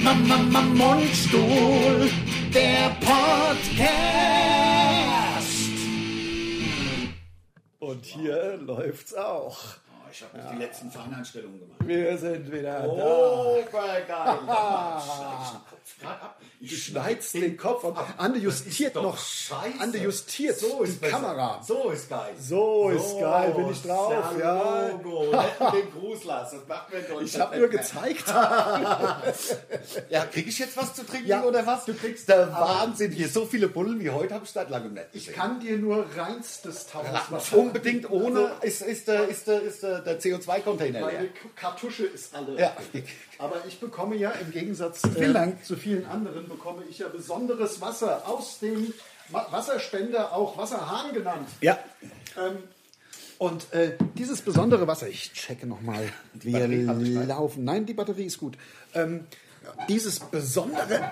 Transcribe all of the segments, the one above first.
Mundstuhl, der Podcast. Und hier läuft's auch. Ich habe noch die letzten Feineinstellungen gemacht. Wir sind wieder da. Oh, geil. Du schneidest den Kopf ab. Ande justiert noch. Scheiße. Ande justiert So ist die besser. Kamera. So ist geil. So ist geil, bin ich drauf. Ja. Logo. Den Gruß lassen. Das macht mir doch. Ich habe nur gezeigt. Ja, kriege ich jetzt was zu trinken oder was? Du kriegst der Wahnsinn. Hier so viele Bullen wie heute habe ich seit langem nicht gesehen. Ich kann dir nur reinstes Tausendwasser. Unbedingt ohne ist der der CO2-Container leer. Meine Kartusche ist alle. Ja. Aber ich bekomme ja im Gegensatz Vielen Dank. zu vielen anderen, bekomme ich ja besonderes Wasser aus dem Wasserspender, auch Wasserhahn genannt. Ja. Und dieses besondere Wasser, ich checke nochmal, wir laufen. Nein, die Batterie ist gut. Dieses besondere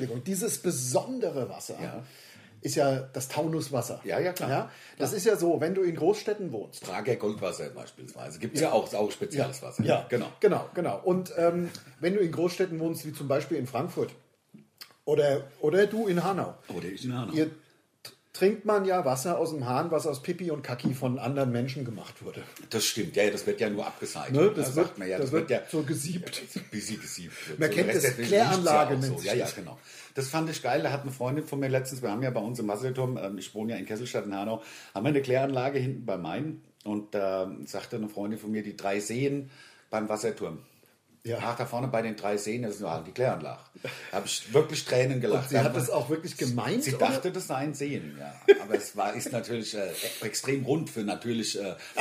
Wasser ist ja das Taunuswasser. Ja, klar. Ja? Das ist ja so, wenn du in Großstädten wohnst. Prager Goldwasser beispielsweise. Gibt es ja auch spezielles Wasser. Ja, genau. Genau. Und wenn du in Großstädten wohnst, wie zum Beispiel in Frankfurt oder du in Hanau. Oder ich in Hanau. Hier trinkt man ja Wasser aus dem Hahn, was aus Pipi und Kaki von anderen Menschen gemacht wurde. Das stimmt, ja, das wird ja nur abgeseitigt. Ne? Das wird ja so gesiebt. Gesiebt. Man so kennt das, Rest- Kläranlage riecht's ja nennt auch so. sich Ja, das. genau. Das fand ich geil. Da hat eine Freundin von mir letztens, wir haben ja bei uns im Wasserturm, ich wohne ja in Kesselstadt in Hanau, haben wir eine Kläranlage hinten bei Main und da sagte eine Freundin von mir, die 3 Seen beim Wasserturm. Ja. Ach, da vorne bei den 3 Seen, das ist nur die Kläranlage. Da habe ich wirklich Tränen gelacht. Und sie hat das auch wirklich gemeint? Sie oder? dachte, das seien Seen, ja. Aber es ist natürlich extrem rund für natürlich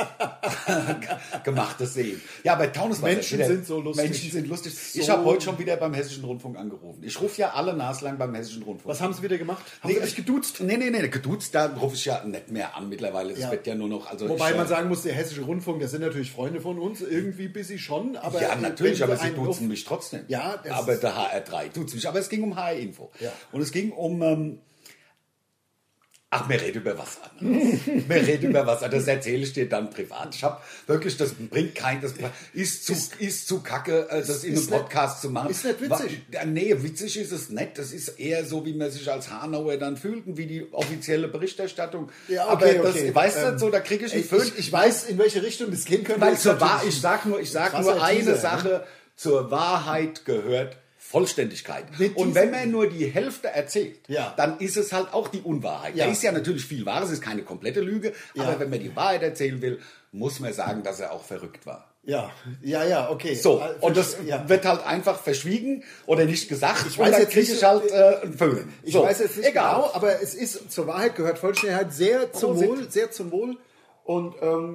gemachte Seen. Ja, aber Taunuswasser. Menschen sind so lustig. Menschen sind lustig. So. Ich habe heute schon wieder beim Hessischen Rundfunk angerufen. Ich rufe ja alle naslang beim Hessischen Rundfunk. Was haben sie wieder gemacht? Haben sie dich geduzt? Nee, geduzt, da rufe ich ja nicht mehr an mittlerweile. Das wird ja nur noch... Also Wobei man sagen muss, der Hessische Rundfunk, das sind natürlich Freunde von uns, irgendwie busy schon. Aber ja, natürlich, wenn aber sie einen duzen mich trotzdem. Ja, das aber der HR3 duzt mich. Aber es ging um HR-Info. Ja. Und es ging um... wir reden über was anderes. Wir reden über was anderes. Das erzähle ich dir dann privat. Ich habe wirklich, das bringt das ist zu kacke, das in einem Podcast zu machen. Ist nicht witzig. Nee, witzig ist es nicht. Das ist eher so, wie man sich als Hanauer dann fühlt und wie die offizielle Berichterstattung. Ja, okay, aber das, okay. weißt du, so, da kriege ich einen Föhn. Ich weiß, in welche Richtung das gehen könnte. Weil Ist zur natürlich ich sag nur krasser eine Teaser, Sache, ne? zur Wahrheit gehört Vollständigkeit. Mit Und diesem- wenn man nur die Hälfte erzählt, Ja. dann ist es halt auch die Unwahrheit. Ja. Da ist ja natürlich viel Wahres, es ist keine komplette Lüge, aber wenn man die Wahrheit erzählen will, muss man sagen, dass er auch verrückt war. Ja, okay. So, und das ja. wird halt einfach verschwiegen oder nicht gesagt. Ich weiß und dann jetzt krieg nicht, ich halt einen Föhn. Ich So, weiß jetzt nicht egal. genau, aber es ist zur Wahrheit gehört Vollständigkeit sehr zum Wohl. Und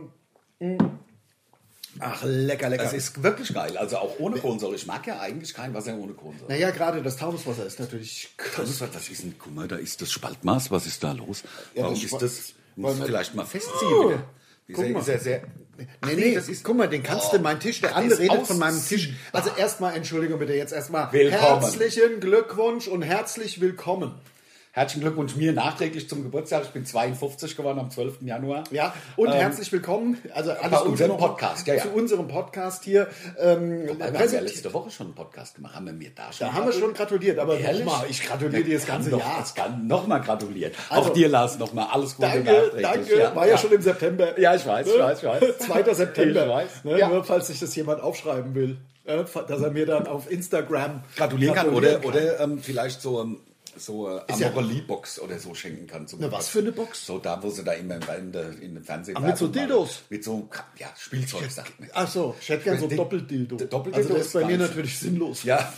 ach, lecker. Das ist wirklich geil. Also auch ohne Kohlensäure. Ich mag ja eigentlich kein Wasser ohne Kohlensäure. Naja, gerade das Taunuswasser ist natürlich Was ist denn, guck mal, da ist das Spaltmaß, was ist da los? Warum das ist das, muss weil man- vielleicht mal festziehen wieder. Guck mal. Sehr, Nee, das ist, guck mal, den kannst du meinen Tisch, der andere ist redet von meinem ausziehen. Tisch. Also erstmal, Entschuldigung bitte, jetzt erstmal Willkommen. herzlichen Glückwunsch und herzlich willkommen. herzlichen Glückwunsch mir nachträglich zum Geburtstag. Ich bin 52 geworden am 12. Januar. Ja, und herzlich willkommen, also alles bei Gute unserem noch Podcast, ja. zu unserem Podcast hier. Wir haben ja letzte Woche schon einen Podcast gemacht. Haben wir mir da schon Da haben wir schon gratuliert, aber Ehrlich? nochmal, ich gratuliere dir das ganze Jahr. Es kann nochmal gratuliert. Also, auch dir, Lars, nochmal alles Gute Danke, nachträglich. war ja schon im September. Ja, ich weiß. 2. September. Ich weiß. Ne, Ja. Nur falls sich das jemand aufschreiben will, dass er mir dann auf Instagram gratulieren kann oder vielleicht so ja- Amorelie-Box oder so schenken kann. Zum was für eine Box? So da, wo sie da immer in den Fernsehen... mit so Werbung Dildos? machen. Mit so, ja, Spielzeug, sagt man. Ach so, ich hätte gerne so Die- Doppeldildo. Doppeldildo Also das ist bei ist mir geil. natürlich sinnlos. Ja.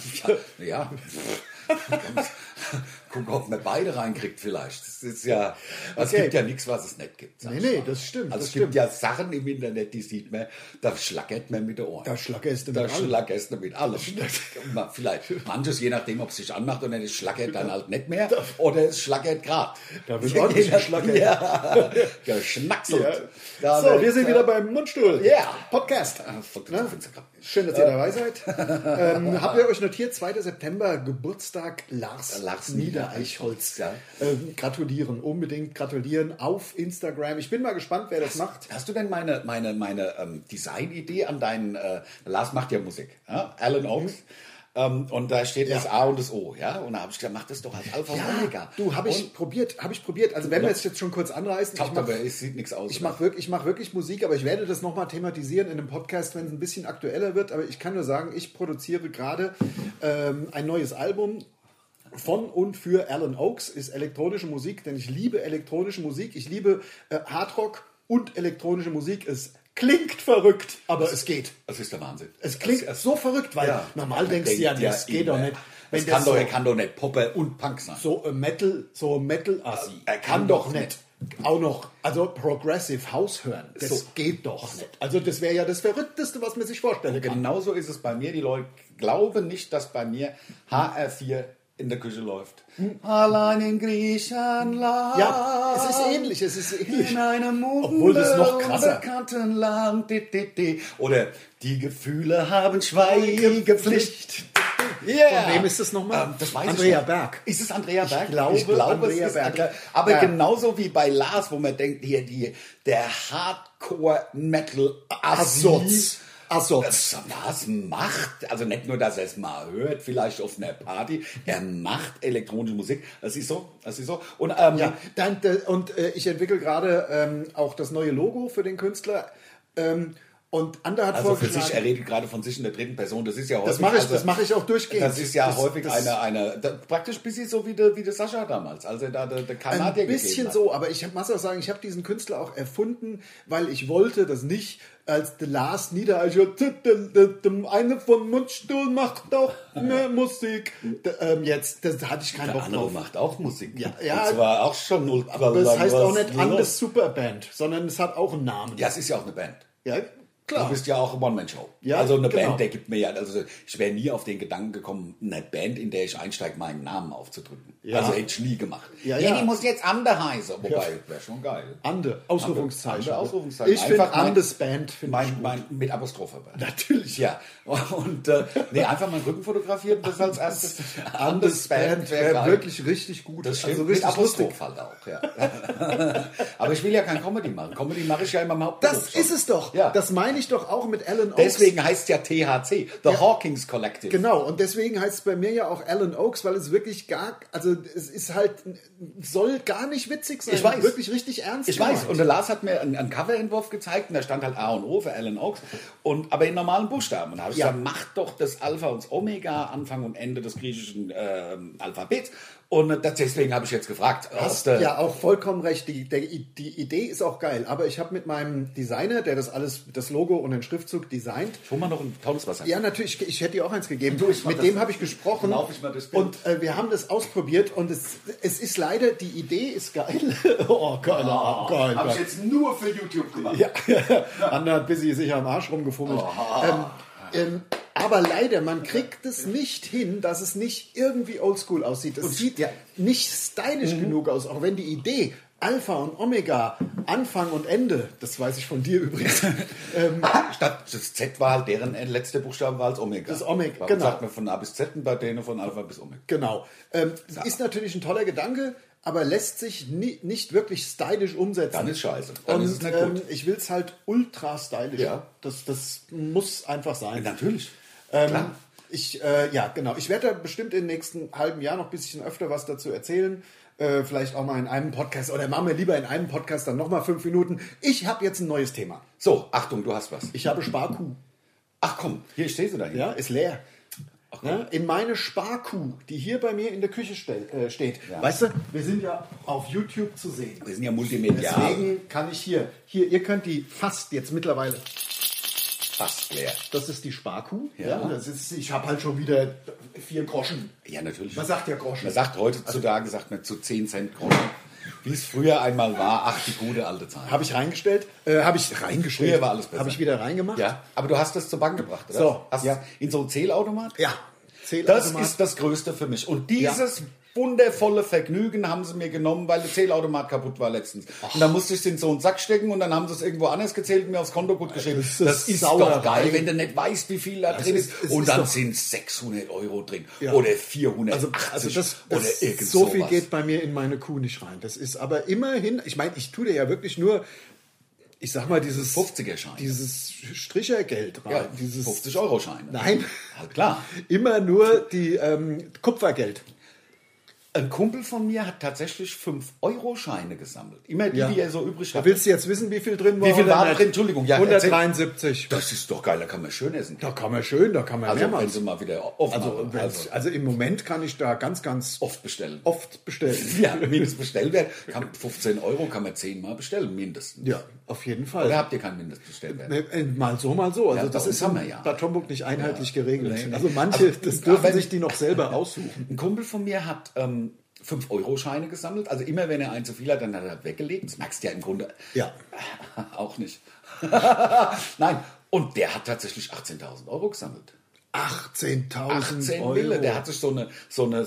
Gucken, ob man beide reinkriegt vielleicht. Das ist ja... Es Okay. gibt ja nichts, was es nicht gibt. sag ich Nee, mal. das stimmt. Also das es gibt stimmt. ja Sachen im Internet, die sieht man, da schlackert man mit den Ohren. Da schlackerst du Da mit allem. schlackerst du mit allem. Vielleicht manches, je nachdem, ob es sich anmacht oder nicht, schlackert dann halt nicht mehr. Oder es schlackert gerade. Da wird ordentlich geschlackert. Ja, geschnackselt. Ja. So, wir sind wieder beim Mundstuhl. Ja. Podcast. Ne? Schön, dass ihr dabei seid. Habt ihr euch notiert? 2. September, Geburtstag Lars Niedereichholz. Ja. Gratulieren, unbedingt gratulieren auf Instagram. Ich bin mal gespannt, wer das macht. Hast du denn meine Designidee an deinen... Lars macht ja Musik. Ja? Alan Oaks. Und da steht das A und das O, ja. Und da habe ich gesagt, mach das doch als Alpha und Omega. Du, habe ich probiert. Also wenn wir es jetzt schon kurz anreißen. Es sieht nichts aus. Ich mache wirklich Musik, aber ich werde das nochmal thematisieren in einem Podcast, wenn es ein bisschen aktueller wird. Aber ich kann nur sagen, ich produziere gerade ein neues Album von und für Alan Oaks, ist elektronische Musik, denn ich liebe elektronische Musik. Ich liebe Hardrock und elektronische Musik. Es klingt verrückt, aber es geht. Das ist der Wahnsinn. Es klingt so verrückt, weil normal denkst du ja, das geht doch nicht. Wenn er kann doch nicht Poppe und Punk sein. So Metal-Assi. Er kann doch nicht. Auch noch, also Progressive House hören, das geht doch nicht. Also das wäre ja das Verrückteste, was man sich vorstellen kann. Genauso ist es bei mir. Die Leute glauben nicht, dass bei mir HR4 in der Küche läuft. Allein in Griechenland. Ja, es ist ähnlich. In einem obwohl das noch krasser. Unbekannten Land. Oder die Gefühle haben Schweigepflicht. Yeah. Von wem ist das nochmal? Das weiß Andrea ich Berg. Ist es Andrea Berg? Ich glaube Andrea Berg. Aber genauso wie bei Lars, wo man denkt, hier der Hardcore-Metal-Assi. Was macht, also nicht nur, dass er es mal hört, vielleicht auf einer Party, er macht elektronische Musik. Das ist so. Und, ich entwickle gerade auch das neue Logo für den Künstler. Und Ander hat vorgeschlagen... für sich, er redet gerade von sich in der dritten Person, das ist ja häufig... Das mache ich auch durchgehend. Das ist ja häufig praktisch ein bisschen so wie der Sascha damals, als er da der Kanadier gegeben hat. Ein bisschen so, aber ich muss auch sagen, ich habe diesen Künstler auch erfunden, weil ich wollte das nicht als The Last Niedereicher, eine von Mundstuhl macht doch mehr Musik. Jetzt, das hatte ich keinen Bock drauf. Der andere macht auch Musik. Ja. Und zwar auch schon... Aber das heißt auch nicht Andes Superband, sondern es hat auch einen Namen. Ja, es ist ja auch eine Band. Ja, klar. Du bist ja auch eine One-Man-Show. Ja, also eine genau. Band, der gibt mir ja, also ich wäre nie auf den Gedanken gekommen, eine Band, in der ich einsteige, meinen Namen aufzudrücken. Ja. Also hätte ich nie gemacht. Ja. Die muss jetzt Ande heißen. Wobei, wäre schon geil. Ande, Ausrufungszeichen. Ande, Ausrufungszeichen. Ich finde Andes Band, mit Apostrophe. Natürlich. Ja. Und einfach mal den Rücken fotografieren, das als erstes. Andes Band wäre wirklich richtig gut. Das stimmt, also richtig mit Apostroph halt auch. Ja. Aber ich will ja kein Comedy machen. Comedy mache ich ja immer im Hauptberuf. Das ist es doch. Ja. Das meine ich doch auch mit Alan Oaks. Deswegen heißt es ja THC, The Hawkins Collective. Genau, und deswegen heißt es bei mir ja auch Alan Oaks, weil es wirklich es ist halt, soll gar nicht witzig sein. Ich weiß. Wirklich richtig ernst. Ich weiß. Und der Lars hat mir einen Coverentwurf gezeigt und da stand halt A und O für Alan Oaks, aber in normalen Buchstaben. Und da habe ich gesagt, mach doch das Alpha und das Omega, Anfang und Ende des griechischen Alphabets. Und deswegen habe ich jetzt gefragt. Hast ja auch vollkommen recht. Die Idee ist auch geil. Aber ich habe mit meinem Designer, der das alles, das Logo und den Schriftzug designt. Hol mal noch ein tolles Wasser. Ja, natürlich. Ich hätte dir auch eins gegeben. Mit dem habe ich gesprochen. Und wir haben das ausprobiert. Und es ist leider, die Idee ist geil. Oh Gott. Habe ich jetzt nur für YouTube gemacht. Ja. Anna hat busy sich am Arsch rumgefummelt. Aber leider, man kriegt es nicht hin, dass es nicht irgendwie oldschool aussieht. Es sieht ja nicht stylisch genug aus, auch wenn die Idee Alpha und Omega, Anfang und Ende, das weiß ich von dir übrigens. Statt das Z war halt deren letzte Buchstabe war als Omega. Das Omega, Warum genau. sagt man von A bis Z und bei denen von Alpha bis Omega. Genau. Ist natürlich ein toller Gedanke, aber lässt sich nicht wirklich stylisch umsetzen. Dann ist scheiße. Dann ist es nicht gut. Ich will es halt ultra stylisch. Ja. Das muss einfach sein. Natürlich. Klar. Genau. Ich werde da bestimmt im nächsten halben Jahr noch ein bisschen öfter was dazu erzählen. Vielleicht auch mal in einem Podcast. Oder machen wir lieber in einem Podcast dann nochmal 5 Minuten. Ich habe jetzt ein neues Thema. So, Achtung, du hast was. Ich habe Sparkuh. Ach komm, hier stehst du da. Ja, ist leer. Ja, in meine Sparkuh, die hier bei mir in der Küche steht. Ja. Weißt du, wir sind ja auf YouTube zu sehen. Wir sind ja multimedial. Deswegen kann ich hier, ihr könnt die fast jetzt mittlerweile... Fast leer. Das ist die Sparkuh. Ja. Ich habe halt schon wieder 4 Groschen. Ja, natürlich. Man sagt ja Groschen. Man sagt heutzutage zu 10 Cent Groschen. Wie es früher einmal war, ach, die gute alte Zeit. Habe ich reingestellt? Früher war alles besser. Habe ich wieder reingemacht? Ja, aber du hast das zur Bank gebracht, oder? So, hast in so einem Zählautomat? Ja. Das ist das Größte für mich. Und dieses wundervolle Vergnügen haben sie mir genommen, weil der Zählautomat kaputt war letztens. Und dann musste ich es in so einen Sack stecken und dann haben sie es irgendwo anders gezählt und mir aufs Konto gut geschrieben. Das ist doch geil, wenn du nicht weißt, wie viel da drin ist. Und dann sind 600 Euro drin oder 480 oder irgend so sowas. viel geht bei mir in meine Kuh nicht rein. Das ist aber immerhin, ich meine, ich tue dir ja wirklich nur ich sag mal, dieses 50er-Schein. Dieses Strichergeld rein. Ja, Dieses 50-Euro-Scheine. Nein, Halt klar. immer nur die Kupfergeld. Ein Kumpel von mir hat tatsächlich 5-Euro-Scheine gesammelt. Immer die, die er so übrig Da hat. willst du jetzt wissen, wie viel drin war? Wie viel oder war nicht? drin? Entschuldigung, ja, 173. Das ist doch geil, da kann man schön essen. Da kann man schön, da kann man Also wenn mehrmals. sie mal wieder offen Also, machen. also im Moment kann ich da ganz Oft bestellen. oft bestellen. Ja, Mindestbestellwert. 15 Euro kann man 10-mal bestellen, mindestens. Ja, auf jeden Fall. Oder habt ihr keinen Mindestbestellwert? Mal so, mal so. Also Ja, das bei uns ist haben in wir ja. Bad Homburg nicht einheitlich geregelt. Nee, nee. Also manche, Also, das dürfen aber- sich die noch selber aussuchen. Ein Kumpel von mir hat 5-Euro-Scheine gesammelt. Also immer, wenn er einen zu viel hat, dann hat er weggelegt. Das merkst du ja im Grunde Ja. auch nicht. Nein, und der hat tatsächlich 18.000 Euro gesammelt. 18.000 18 Euro. Mille. Der hat sich so eine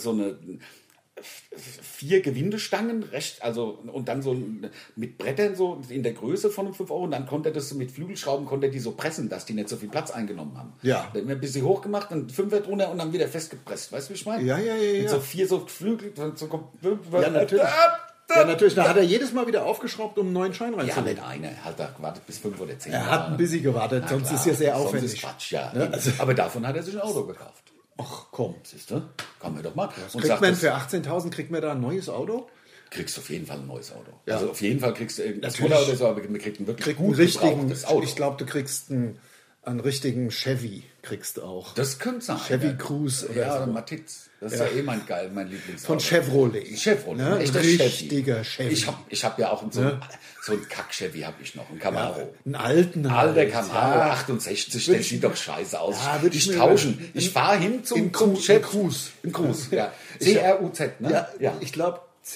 4 Gewindestangen, und dann so mit Brettern so in der Größe von einem 5 Euro. Und dann konnte er das mit Flügelschrauben die so pressen, dass die nicht so viel Platz eingenommen haben. Ja. Da hat er ein bisschen hochgemacht, dann 5 drunter und dann wieder festgepresst. Weißt du, wie ich meine? Ja. Mit so 4 so Flügel. Ja, natürlich. Ja, natürlich. Da hat er jedes Mal wieder aufgeschraubt, um einen neuen Schein Ja, reinzulegen. nicht einer. Hat er gewartet bis 5 oder 10. Er hat ein bisschen gewartet, sonst klar, ist ja sehr sonst aufwendig. ist Quatsch, ja. Ne, also- Aber davon hat er sich ein Auto gekauft. Ach komm. Siehst du? Kann man doch mal. Und Kriegt sagt, man das für 18.000 kriegt man da ein neues Auto? kriegst du auf jeden Fall ein neues Auto. Ja. Also auf jeden Fall kriegst du irgendein Natürlich. Skoda oder so, aber man kriegt ein wirklich Einen gut richtigen, gebrauchtes Auto. ich glaube, du kriegst einen richtigen Chevy, kriegst du auch. Das könnte sein. Chevy ja. Cruze oder Ja, so. oder Matiz. Das ist ja, mein Lieblingsauto. Von Chevrolet. Chevrolet. Ne? Ein echter Richtiger Chevy. Ich hab ja auch so einen Kack-Chevy habe ich noch, einen Camaro. Einen alten Alter halt. Camaro, Ja. 68, Würd der ich sieht mir- doch scheiße aus. Ja, würd ich ich mir tauschen. über- Ich fahre hin zum Im Chef. Cruise. Im Cruise, ja. C-R-U-Z, ne? Ja, ich glaube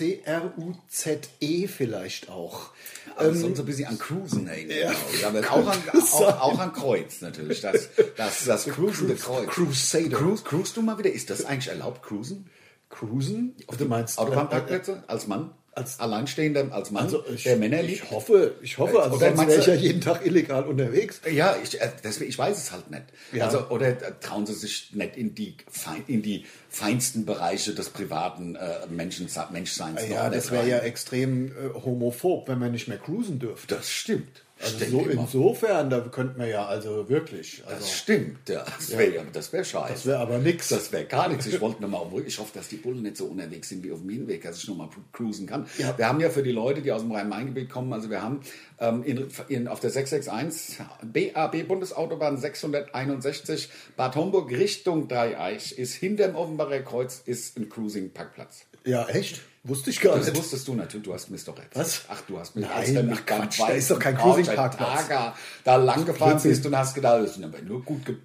C-R-U-Z-E vielleicht auch. Also sonst ein bisschen an Cruisen hängen. Ja. Aber auch an Kreuz natürlich. Das cruisende Kreuz. Crusader. Cruist du mal wieder? Ist das eigentlich erlaubt, Cruisen? Cruisen? Du meinst Autobahnparkplätze? Als Mann? Als Alleinstehender, als Mann, der Männer liebt? Ich hoffe, also Oder sonst meinst wäre ich du- ja jeden Tag illegal unterwegs. Ja, ich weiß es halt nicht. Ja. Also, oder trauen sie sich nicht in die feinsten Bereiche des privaten Menschseins. noch Ja, nicht das wäre rein. ja extrem homophob, wenn man nicht mehr cruisen dürfte. Das stimmt. Also Ich so, denke immer. insofern, da könnte man ja also wirklich. Also, Das stimmt, ja. Das wäre scheiße. das wäre aber nix. Das wäre gar nichts. Ich wollte nochmal, ich hoffe, dass die Bullen nicht so unterwegs sind wie auf dem Hinweg, dass ich nochmal cruisen kann. Ja. Wir haben ja für die Leute, die aus dem Rhein-Main-Gebiet kommen, also wir haben auf der 661 BAB Bundesautobahn 661 Bad Homburg Richtung Dreieich ist hinterm Offenbacher Kreuz ist ein Cruising-Parkplatz. Ja, echt? Wusste ich gar Das nicht. wusstest du natürlich, du hast mir doch erzählt. Was? Ach, du hast mir Nein, als dann ach nach ganz Quatsch, da ist doch kein weißen Cruising-Parkplatz. Targa da lang gefahren Blödsinn. bist und hast gedacht, das sind aber nur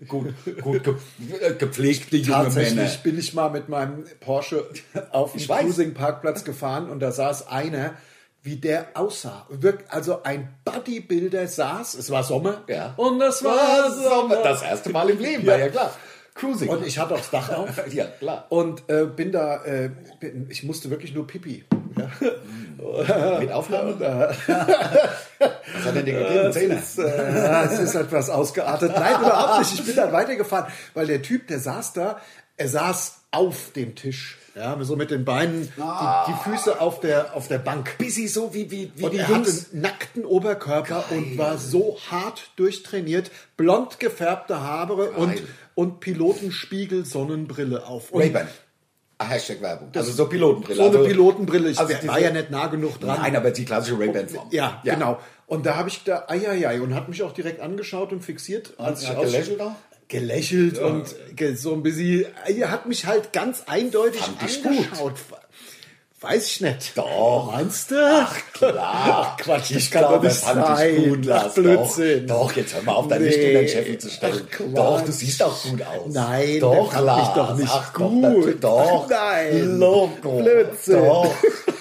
gepflegte junge Männer. Tatsächlich bin ich mal mit meinem Porsche auf Ich dem weiß. Cruising-Parkplatz gefahren und da saß einer, wie der aussah. Also ein Bodybuilder saß, es war Sommer, Ja. und es war Sommer. Das erste Mal im Leben, war ja klar. Cruising. Und ich hatte auch das Dach auf. Ja, klar. Und ich musste wirklich nur Pipi. Mit Aufnahme? Was hat denn dir gegeben? Zähne? Es ist etwas ausgeartet. Nein, überhaupt nicht. Ich bin dann weitergefahren, weil der Typ, der saß da, er saß auf dem Tisch. Ja, so mit den Beinen, die Füße auf der Bank. Busy so wie Und die er hatte Jungs. einen nackten Oberkörper und war so hart durchtrainiert, blond gefärbte Haare und Pilotenspiegel, Sonnenbrille auf. Und Ray-Ban. Hashtag Werbung. Also so Pilotenbrille. so eine Also- Pilotenbrille. Ich also war ja nicht nah genug dran. Nein, aber die klassische Ray-Ban-Form. Ja, genau. Und da habe ich da, und hat mich auch direkt angeschaut und fixiert. Als ich gelächelt auch? Gelächelt und so ein bisschen, er hat mich halt ganz eindeutig Fand ich angeschaut. Weiß ich nicht. Doch. Meinst du? Ach, klar. Ach, Quatsch, das Ich kann doch glaube, nicht das fand ich sein. gut, Ach, Lars. Blödsinn. Doch, jetzt hör mal auf, dein Nee. Licht und dein Chef zu stellen. Ach, Quatsch. Doch, du siehst auch gut aus. Nein, doch, der fand mich Lars. doch nicht Ach, gut. Doch, Nein. Logo. Blödsinn. Doch.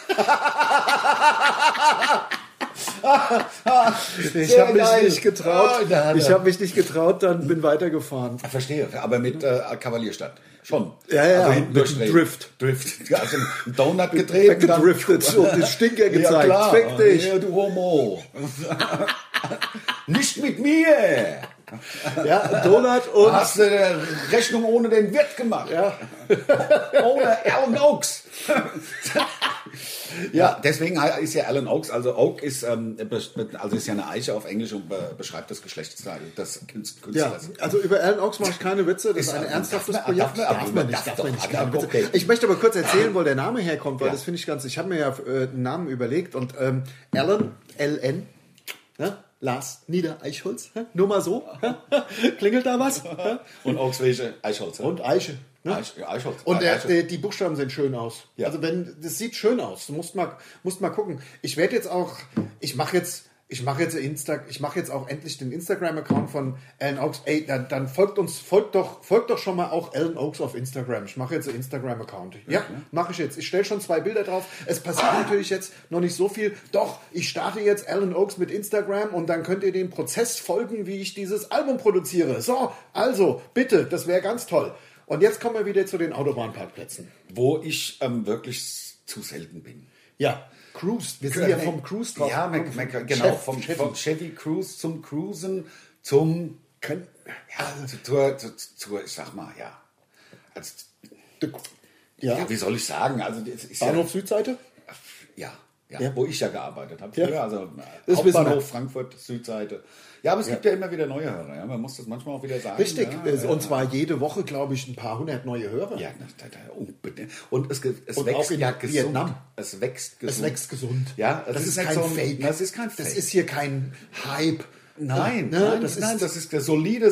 Ich habe mich geil. nicht getraut. Ah, da hat Ich er. habe mich nicht getraut, dann bin weitergefahren. Verstehe, aber mit Kavalierstadt. Schon. Ja, ja, also hinten mit durchdrehen. Drift. Drift. Also einen Donut gedreht. Weggedriftet und den Stinker gezeigt. Ja, klar. Fick dich. Ja, du Homo. Nicht mit mir. Ja, Donut und... Hast du eine Rechnung ohne den Wirt gemacht? Ja. Ohne Alan Oaks. Ja, deswegen ist ja Alan Oaks, also Oak ist, ist ja eine Eiche auf Englisch und beschreibt das Geschlechtsteil des Künstlers. Ja, also über Alan Oaks mache ich keine Witze, das ist ein ernsthaftes Projekt. Darf man nicht. Okay. Ich möchte aber kurz erzählen, wo der Name herkommt, weil das finde ich ganz, ich habe mir ja einen Namen überlegt und Alan, LN, ne? Lars Nieder-Eichholz, nur mal so, klingelt da was? Und Oaks welche Eichholz. Und Eiche. Ne? Eichholz. Und die Buchstaben sehen schön aus. Ja. Also das sieht schön aus. Du musst mal gucken. Ich werde jetzt auch, ich mache jetzt auch endlich den Instagram-Account von Alan Oaks. Ey, dann folgt doch schon mal auch Alan Oaks auf Instagram. Ich mache jetzt einen Instagram-Account. Ja, mache ich jetzt. Ich stelle schon 2 Bilder drauf. Es passiert natürlich jetzt noch nicht so viel. Doch, ich starte jetzt Alan Oaks mit Instagram und dann könnt ihr dem Prozess folgen, wie ich dieses Album produziere. So, also, bitte, das wäre ganz toll. Und jetzt kommen wir wieder zu den Autobahnparkplätzen. Wo ich wirklich zu selten bin. Ja, Cruise. Wir sind ja vom Cruise drauf. Ja, genau, vom Chevy Cruise zum Cruisen, zum... ich sag mal, ja. Also, ja, wie soll ich sagen? Also, das ist Bahnhof Südseite? Ja, wo ich ja gearbeitet habe. Ja. Also Das Hauptbahnhof Frankfurt, Südseite. Ja, aber es gibt ja immer wieder neue Hörer. Ja? Man muss das manchmal auch wieder sagen. Richtig. Und zwar jede Woche, glaube ich, ein paar hundert neue Hörer. Ja, unbedingt. Und es wächst auch in gesund. Vietnam. Es wächst gesund. Es wächst gesund. Ja, das ist kein Fake. Das ist kein Fake. Das ist hier kein Hype. Nein, das ist der solider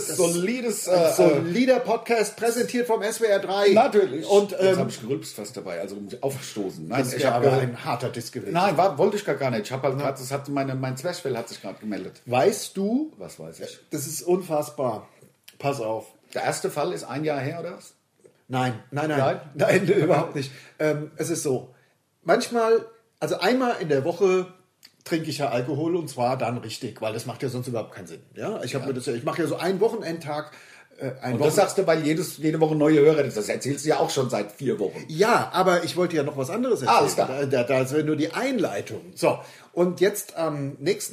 Podcast, präsentiert vom SWR 3. Natürlich. Und jetzt habe ich gerülpst fast dabei, also aufstoßen. Nein, das wäre aber ein harter Diss gewesen. Nein, wollte ich gar nicht. Ich habe halt gerade, mein Zwerchfell hat sich gerade gemeldet. Weißt du? Was weiß ich? Das ist unfassbar. Pass auf. Der erste Fall ist 1 Jahr her, oder was? Nein, überhaupt nicht. Es ist so. Manchmal, also einmal in der Woche trinke ich ja Alkohol und zwar dann richtig, weil das macht ja sonst überhaupt keinen Sinn. Ja, ich mache ja so einen Wochenendtag. Das sagst du, weil jede Woche neue Hörer, das erzählst du ja auch schon seit 4 Wochen. Ja, aber ich wollte ja noch was anderes erzählen. Das wäre nur die Einleitung. So, und jetzt am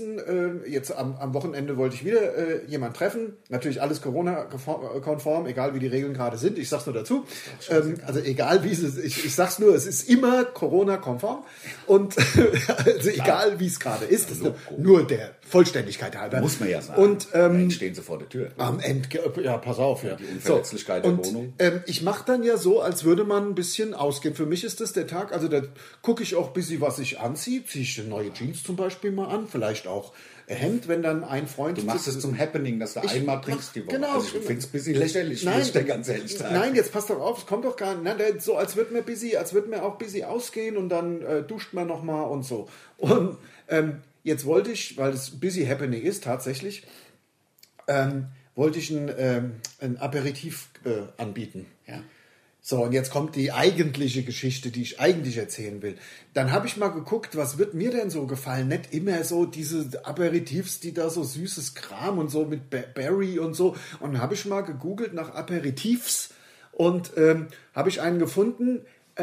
am Wochenende wollte ich wieder jemanden treffen. Natürlich alles Corona-konform, egal wie die Regeln gerade sind. Ich sag's nur dazu. Also egal wie ich sag's nur, es ist immer Corona-konform. Und also egal wie es gerade ist, das ist nur der Vollständigkeit halber. Muss man ja sagen. Und am stehen sie vor der Tür. Am Ende, ja, pass auf. Ja. Die Unverletzlichkeit der Wohnung. Ich mache dann ja so, als würde man ein bisschen ausgehen. Für mich ist das der Tag, also da gucke ich auch ein bisschen, was ich anziehe. Ziehe ich neue Jeans zum Beispiel mal an, vielleicht auch Hemd, wenn dann ein Freund... Du machst es zum Happening, dass du einmal trinkst die Woche. Genau. Also ich finde es ein bisschen lächerlich, nein, muss ich dir ganz ehrlich sagen. Nein, jetzt passt doch auf, es kommt doch gar nicht. So, als würde man auch busy ausgehen und dann duscht man nochmal und so. Und jetzt wollte ich, weil es busy happening ist tatsächlich, wollte ich ein Aperitif anbieten. Ja. So, und jetzt kommt die eigentliche Geschichte, die ich eigentlich erzählen will. Dann habe ich mal geguckt, was wird mir denn so gefallen? Nicht immer so diese Aperitifs, die da so süßes Kram und so mit Berry und so. Und dann habe ich mal gegoogelt nach Aperitifs und habe ich einen gefunden,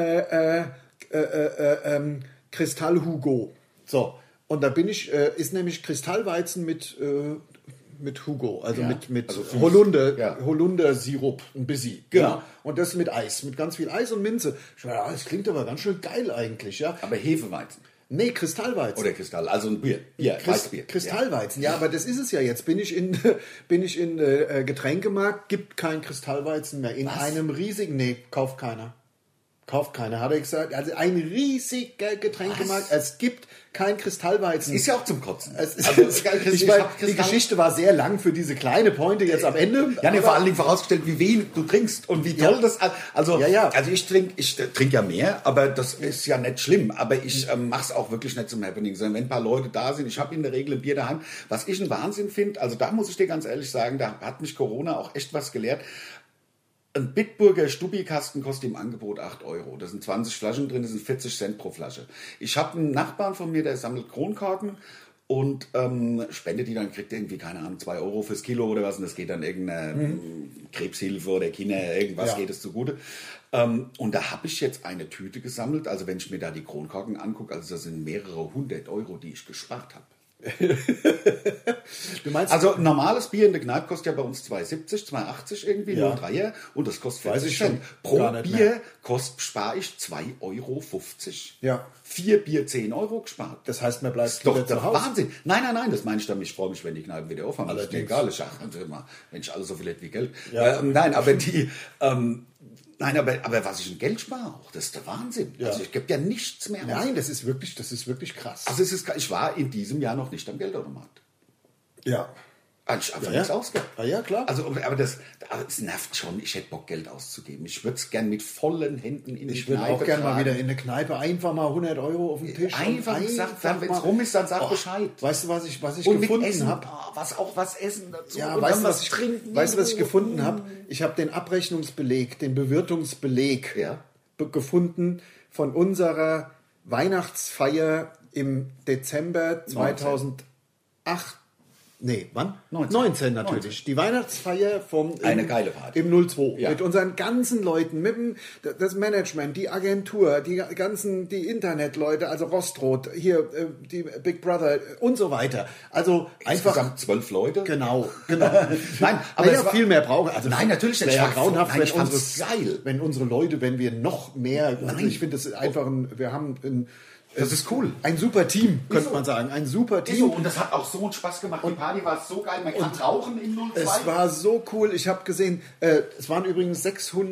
Kristall Hugo. So, und da ist nämlich Kristallweizen mit Hugo, also mit Holunder-Sirup, ein bisschen. Genau. Ja. Und das mit Eis, mit ganz viel Eis und Minze. Ich meine, das klingt aber ganz schön geil eigentlich, ja. Aber Hefeweizen. Nee, Kristallweizen. Oder Kristall, also ein Bier. Weißbier. Kristallweizen, ja, aber das ist es ja jetzt. Bin ich in Getränkemarkt, gibt kein Kristallweizen mehr. In einem riesigen, kauft keiner. Hat er gesagt. Also ein riesiger Getränkemarkt. Es gibt kein Kristallweizen. Ist ja auch zum Kotzen. Die Geschichte war sehr lang für diese kleine Pointe jetzt am Ende. Ja, vor allen Dingen vorausgestellt, wie wenig du trinkst und wie toll das... Also ich trinke ja mehr, aber das ist ja nicht schlimm. Aber ich mache es auch wirklich nicht zum Happening, sondern wenn ein paar Leute da sind, ich habe in der Regel ein Bier daheim. Was ich einen Wahnsinn finde, also da muss ich dir ganz ehrlich sagen, da hat mich Corona auch echt was gelehrt. Ein Bitburger Stubikasten kostet im Angebot 8 €. Da sind 20 Flaschen drin, das sind 40 Cent pro Flasche. Ich habe einen Nachbarn von mir, der sammelt Kronkorken und spendet die dann, kriegt er irgendwie, keine Ahnung, 2 € fürs Kilo oder was. Und das geht dann irgendeine Krebshilfe oder Kinder, irgendwas geht es zugute. Und da habe ich jetzt eine Tüte gesammelt. Also wenn ich mir da die Kronkorken angucke, also das sind mehrere 100 €, die ich gespart habe. Du meinst, Also ein normales Bier in der Kneipe kostet ja bei uns 2,70, 2,80 irgendwie, Ja. 0,3er und das kostet Weiß 40 ich schon Cent. Pro gar nicht Bier mehr. spare ich 2,50 Euro. Ja. 4 Bier 10 Euro gespart. das heißt, man bleibt Das ist doch lieber der zu Hause. Wahnsinn. Nein, das meine ich damit. Ich freue mich, wenn die Kneipen wieder aufhaben. Das ist mir Allerdings. egal. Ich sage immer, wenn ich alles so viel hätte wie Geld. Ja. Nein, aber aber was ich in Geld spare auch, das ist der Wahnsinn. Ja. Also ich gebe ja nichts mehr aus. Nein, das ist wirklich krass. Also ich war in diesem Jahr noch nicht am Geldautomat. Ja. Also ich einfach Ja, nichts ja. ausgegeben. Ja, klar. Also, aber das nervt schon. Ich hätte Bock, Geld auszugeben. Ich würde es gern mit vollen Händen in die Ich würde Kneipe auch gerne mal tragen. wieder in eine Kneipe einfach mal 100 Euro auf den Tisch. Einfach und gesagt, wenn es mal- rum ist, dann sag Bescheid. Weißt du, was ich Und mit gefunden Essen, habe? was essen dazu. Ja, und weißt dann du, was trinken. weißt du, was ich gefunden habe? Ich habe den Abrechnungsbeleg, den Bewirtungsbeleg Ja. gefunden von unserer Weihnachtsfeier im Dezember 2008. Nee, wann? 19 natürlich. 19. Die Weihnachtsfeier Eine geile Party. Im 02. Ja. Mit unseren ganzen Leuten, mit dem, das Management, die Agentur, die Internetleute, also Rostrot, hier, die Big Brother und so weiter. Also einfach. Insgesamt 12 Leute. Genau. Nein, aber Aber es war- viel mehr brauchen. Also Nein, natürlich nicht. wäre ja Ich war- grauenhaft, nein, wenn ich fand's unsere, geil. wenn unsere Leute, wenn wir noch mehr. Also ich finde, das ist einfach wir haben Das ist cool. ein super Team, könnte so. man sagen. Ein super Ist Team. so, und das hat auch so einen Spaß gemacht. Die Party war so geil. Man kann rauchen im 02. Es war so cool. Ich habe gesehen, es waren übrigens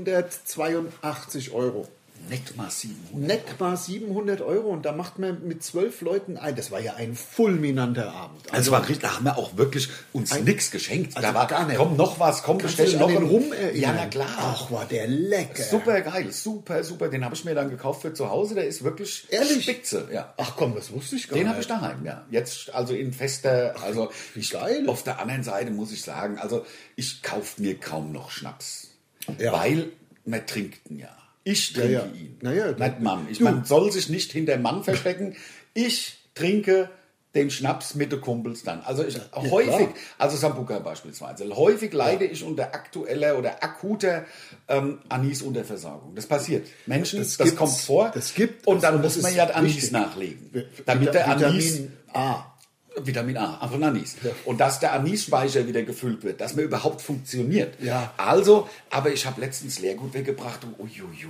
682 Euro. nett mal 700. Nett war 700 Euro und da macht man mit 12 Leuten ein. Das war ja ein fulminanter Abend. Also da haben wir auch wirklich uns nichts geschenkt. Also da war gar nicht. komm noch was, komm Kannst du bestell dich an noch den Rum erinnern? Ja, na klar. Ach, war der lecker. Super geil, super. Den habe ich mir dann gekauft für zu Hause. Der ist wirklich Ehrlich? spitze. Ja. Ach komm, das wusste ich gar Den nicht. habe ich daheim, ja. Jetzt also in fester, also wie geil. Auf der anderen Seite muss ich sagen, also ich kaufe mir kaum noch Schnaps. Ja. Weil man trinkt ihn ja. Ich trinke ja. ihn. Na ja, nicht Mann. du. Man soll sich nicht hinter Mann verstecken. Ich trinke den Schnaps mit den Kumpels dann. Also häufig, klar. also Sambuca beispielsweise, häufig leide ich unter aktueller oder akuter Anisunterversorgung. Das passiert. Menschen, das gibt's. kommt vor. Das gibt und es dann und muss das man ist ja Anis wichtig. nachlegen. Damit der Anis... Vitamin A. Vitamin A, von Anis. Und dass der Anisspeicher wieder gefüllt wird, dass man überhaupt funktioniert. Ja. Also, aber ich habe letztens Leergut weggebracht und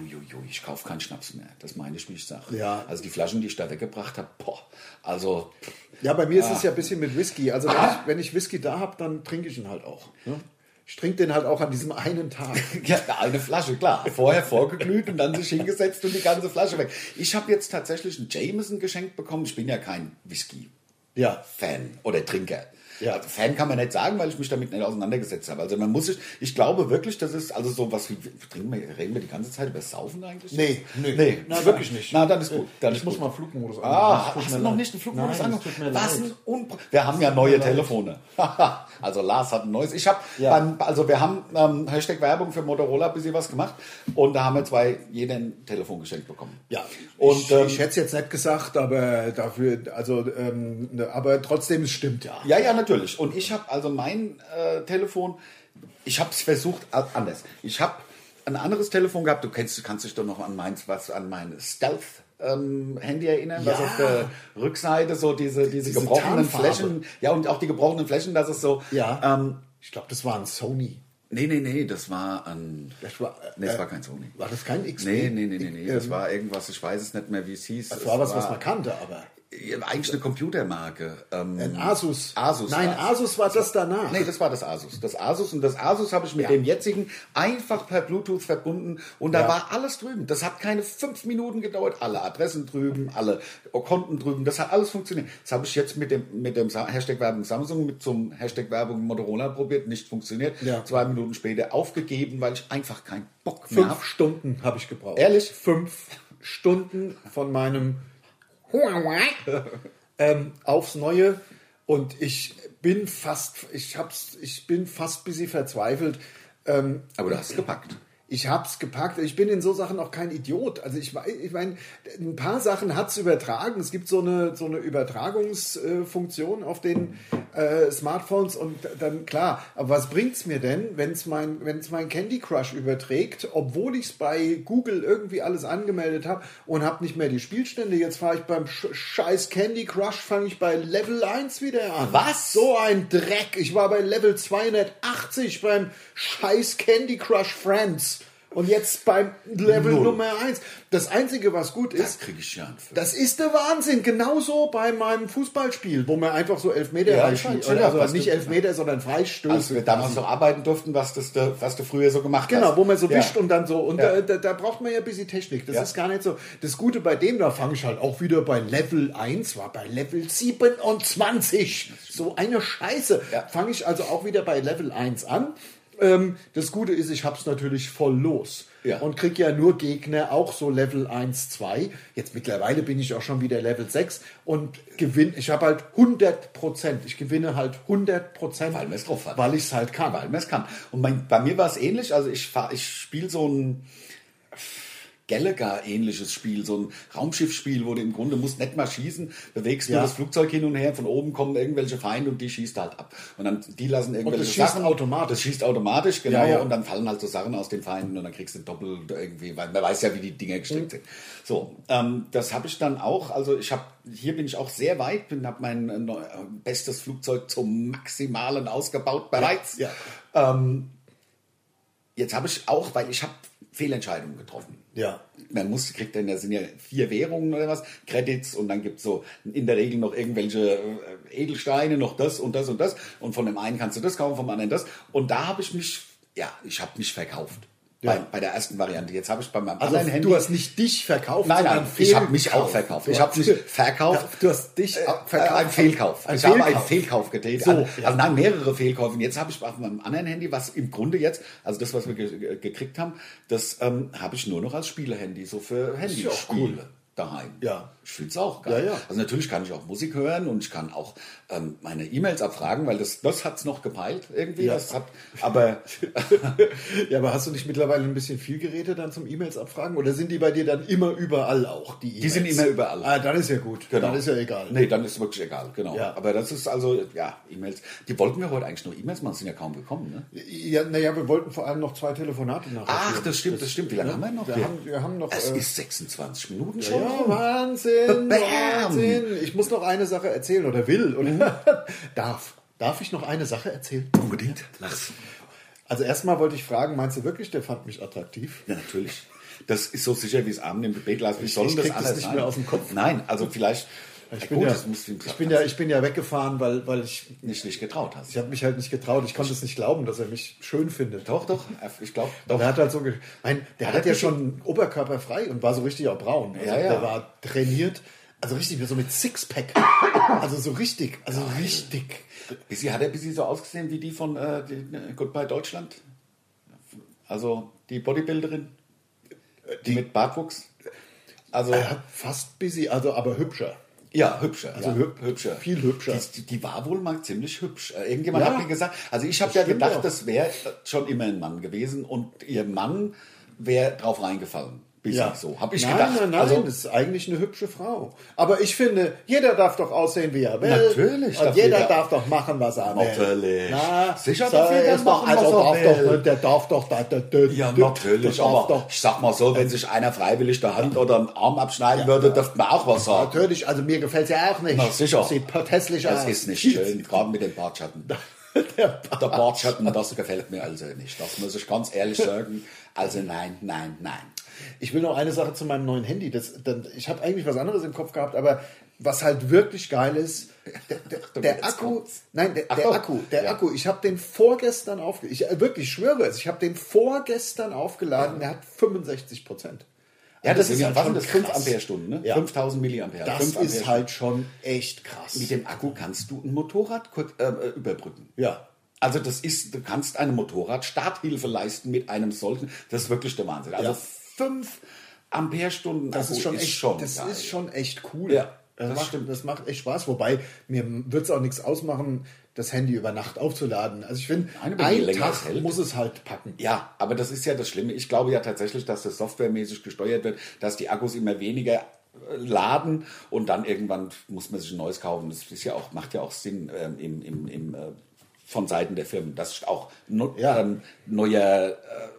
ich kaufe keinen Schnaps mehr. Das meine ich, wie ich sage. Ja. Also die Flaschen, die ich da weggebracht habe, also... Ja, bei mir ist es ja ein bisschen mit Whisky. Also wenn ich Whisky da habe, dann trinke ich ihn halt auch. Ne? Ich trinke den halt auch an diesem einen Tag. Ja, eine Flasche, klar. Vorher vorgeglüht und dann sich hingesetzt und die ganze Flasche weg. Ich habe jetzt tatsächlich einen Jameson geschenkt bekommen. Ich bin ja kein Whisky. Ja. Fan oder Trinker. Ja. Also Fan kann man nicht sagen, weil ich mich damit nicht auseinandergesetzt habe. Also man muss sich, ich glaube wirklich, das ist also so was wie, reden wir die ganze Zeit über Saufen eigentlich? Nee. Na, wirklich nicht. Na, dann ist gut. Dann Ich ist muss gut. mal Flugmodus an. Ah, hast du noch nicht den Flugmodus Nein, angemacht? das tut mir Was leid. ein Wir haben ja neue Telefone. Also Lars hat ein neues. Ich habe, Ja. also wir haben Hashtag Werbung für Motorola ein bisschen was gemacht und da haben wir jeder ein Telefon geschenkt bekommen. Ja, Und, ich hätte es jetzt nicht gesagt, aber dafür, also, aber trotzdem, es stimmt ja. Ja, natürlich. Und ich habe also mein Telefon, ich habe es versucht anders. Ich habe ein anderes Telefon gehabt. Du kannst dich doch noch an mein Stealth Handy erinnern, was Ja. auf der Rückseite so diese gebrochenen Tarnfarbe. Flächen, ja, und auch die gebrochenen Flächen, dass es so, Ja. Ich glaube, das war ein Sony. nee, das war Das war, das war kein Sony. War das kein XP? Nee, das war irgendwas, ich weiß es nicht mehr, wie es hieß. Das war was man kannte, aber. Eigentlich eine Computermarke. Ein Asus. Asus. Nein, Asus war das danach. Nee, das war das Asus. Das Asus habe ich mit dem jetzigen einfach per Bluetooth verbunden und da war alles drüben. Das hat keine 5 Minuten gedauert. Alle Adressen drüben, alle Konten drüben. Das hat alles funktioniert. Das habe ich jetzt mit dem Hashtag Werbung Samsung zum Hashtag Werbung Motorola probiert. Nicht funktioniert. Ja. 2 Minuten später aufgegeben, weil ich einfach keinen Bock mehr 5 habe. Stunden habe ich gebraucht. Ehrlich? 5 Stunden von meinem aufs Neue und ich bin fast ein bisschen verzweifelt. Aber du hast es gepackt. Ich hab's gepackt. Ich bin in so Sachen auch kein Idiot. Also ich meine, ein paar Sachen hat's übertragen. Es gibt so eine Übertragungsfunktion auf den Smartphones und dann klar. Aber was bringt's mir denn, wenn's mein Candy Crush überträgt, obwohl ich's bei Google irgendwie alles angemeldet habe und habe nicht mehr die Spielstände. Jetzt fahre ich beim scheiß Candy Crush, fange ich bei Level 1 wieder an. Was? So ein Dreck. Ich war bei Level 280 beim scheiß Candy Crush Friends. Und jetzt beim Level Nummer 1. Das Einzige, was gut ist, Das kriege ich ja an. das ist der Wahnsinn. Genauso bei meinem Fußballspiel, wo man einfach so Elfmeter reinschießt. Also nicht Elfmeter, sondern Freistöße. Als wir damals noch arbeiten durften, was du früher so gemacht hast. Genau, wo man so wischt und dann so. Und da braucht man ja ein bisschen Technik. Das ist gar nicht so. Das Gute bei dem, da fange ich halt auch wieder bei Level 1, war bei Level 27. So eine Scheiße. Ja. Fange ich also auch wieder bei Level 1 an. Das Gute ist, ich hab's natürlich voll los. Ja. Und krieg ja nur Gegner, auch so Level 1, 2. Jetzt mittlerweile bin ich auch schon wieder Level 6 und gewinne. Ich habe halt 100%. Ich gewinne halt 100%, Weil man es drauf hat. weil ich es halt kann. Weil man es kann. Und bei mir war es ähnlich. Also ich spiele so ein Gallagher-ähnliches Spiel, so ein Raumschiffspiel, wo du im Grunde musst nicht mal schießen, bewegst nur das Flugzeug hin und her, von oben kommen irgendwelche Feinde und die schießt halt ab. Und dann die lassen irgendwelche das schießt Sachen. automatisch. Das schießt automatisch, genau. Ja. Und dann fallen halt so Sachen aus den Feinden und dann kriegst du doppelt irgendwie, weil man weiß ja, wie die Dinger gestrickt sind. So, das habe ich dann auch, also hier bin ich auch sehr weit, habe mein bestes Flugzeug zum Maximalen ausgebaut bereits. Ja. Jetzt habe ich auch, weil ich habe Fehlentscheidungen getroffen. Ja. Man kriegt dann, da sind ja 4 Währungen oder was, Credits und dann gibt es so in der Regel noch irgendwelche Edelsteine, noch das und das und das und von dem einen kannst du das kaufen, vom anderen das und da habe ich mich verkauft. Ja. Bei der ersten Variante. Jetzt habe ich bei meinem Also anderen Handy... du hast nicht dich verkauft, Nein, sondern ich habe mich auch verkauft. Ich habe mich verkauft. Du hast dich verkauft. Ein Fehlkauf. Ich habe einen Fehlkauf getätigt. So, Also nein, mehrere Fehlkäufe. Und jetzt habe ich auf meinem anderen Handy, was im Grunde jetzt, also das, was wir gekriegt haben, das habe ich nur noch als Spielehandy, so für Handyspiele cool. daheim. Ja. Ich finde es auch geil. Ja. Also natürlich kann ich auch Musik hören und ich kann auch meine E-Mails abfragen, weil das hat es noch gepeilt irgendwie. Ja. Aber Ja, aber hast du nicht mittlerweile ein bisschen viel Geräte dann zum E-Mails abfragen? Oder sind die bei dir dann immer überall auch, die E-Mails? Die sind immer überall. Ah, dann ist ja gut. Genau. Dann ist ja egal. Nee, dann ist wirklich egal, genau. Ja. Aber das ist also, E-Mails. Die wollten wir heute eigentlich nur E-Mails machen, sind ja kaum gekommen, ne? Ja, naja, wir wollten vor allem noch 2 Telefonate nachher. Ach, das stimmt. Wie lange haben wir noch? Wir haben noch... Es ist 26 Minuten schon. ja, Wahnsinn, Wahnsinn. Ich muss noch eine Sache erzählen oder will. Oder Darf ich noch eine Sache erzählen? Unbedingt. Lach's. Also erstmal wollte ich fragen, meinst du wirklich, der fand mich attraktiv? Ja, natürlich. Das ist so sicher wie das Abend im Gebetglas. Wie soll ich das krieg das alles nicht sein? mehr aus dem Kopf. Nein, also vielleicht... Ich bin ja weggefahren, weil ich nicht getraut hast. Ich habe mich halt nicht getraut. Ich konnte es nicht glauben, dass er mich schön findet. Doch. Ich glaube, Der hat halt so, der hat ja schon Oberkörper frei und war so richtig auch braun. Also der war trainiert, also richtig so mit Sixpack. Also so richtig, richtig. Hat er so ausgesehen wie die von Goodbye Deutschland? Also die Bodybuilderin, die mit Bartwuchs. Also Er hat fast busy, also aber hübscher. ja, hübscher. Also hübscher. Viel hübscher. Die war wohl mal ziemlich hübsch. Irgendjemand Ja. hat mir gesagt, also ich habe Das ja stimmt gedacht, auch. das wäre schon immer ein Mann gewesen und ihr Mann wäre drauf reingefallen. So, habe ich gedacht. Nein, Also, das ist eigentlich eine hübsche Frau. Aber ich finde, jeder darf doch aussehen, wie er will. Natürlich Und darf jeder jeder- darf doch machen, was er will. Natürlich. Na, Sicher so darf jeder ist doch, machen, also was er darf will. doch, der darf doch, ja, der natürlich, darf aber doch. ich sag mal so, wenn sich einer freiwillig der Hand oder einen Arm abschneiden würde, dürfte man auch was sagen. Natürlich, also mir gefällt es ja auch nicht. Na, sicher. Sieht hässlich aus. Das ist nicht schön, gerade mit dem Bartschatten. Der Bartschatten, das gefällt mir also nicht. Das muss ich ganz ehrlich sagen. Also nein. Ich will noch eine Sache zu meinem neuen Handy. Ich habe eigentlich was anderes im Kopf gehabt, aber was halt wirklich geil ist, der Akku, der Akku, ich habe den vorgestern aufgeladen, ich schwöre es, ich habe den vorgestern aufgeladen, der hat 65%. Ja, das ist ja halt was schon sind das? 5 krass. Ampere-Stunden, ne? Ja. 5000 Milliampere. Das 5 ist Ampere-Stunden. halt schon echt krass. Mit dem Akku kannst du ein Motorrad überbrücken. Ja. Also du kannst eine Motorrad-Starthilfe leisten mit einem solchen, das ist wirklich der Wahnsinn. Also Ja. 5 Ampere-Stunden Das Akku ist schon echt, geil. ist schon echt cool. Ja. Das macht echt Spaß. Wobei, mir wird es auch nichts ausmachen, das Handy über Nacht aufzuladen. Also ich finde, ein Tag muss es halt packen. Ja, aber das ist ja das Schlimme. Ich glaube ja tatsächlich, dass das softwaremäßig gesteuert wird, dass die Akkus immer weniger laden und dann irgendwann muss man sich ein neues kaufen. Das ist ja auch, macht ja auch Sinn von Seiten der Firmen, dass auch neuer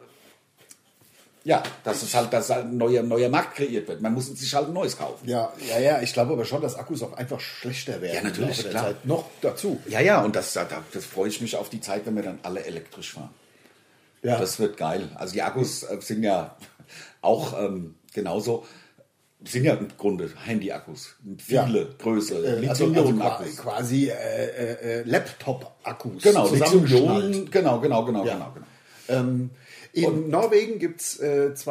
dass ein neuer Markt kreiert wird. Man muss sich halt ein neues kaufen. Ja, ich glaube aber schon, dass Akkus auch einfach schlechter werden. Ja, natürlich, klar. Zeit noch dazu. Ja, und das freue ich mich auf die Zeit, wenn wir dann alle elektrisch fahren. Ja. Das wird geil. Also die Akkus sind ja auch genauso, sind ja im Grunde Handy-Akkus. Viele Größe, Lithium-Akkus. Also quasi Laptop-Akkus. Genau, Lithium-Ionen, genau. In Norwegen gibt es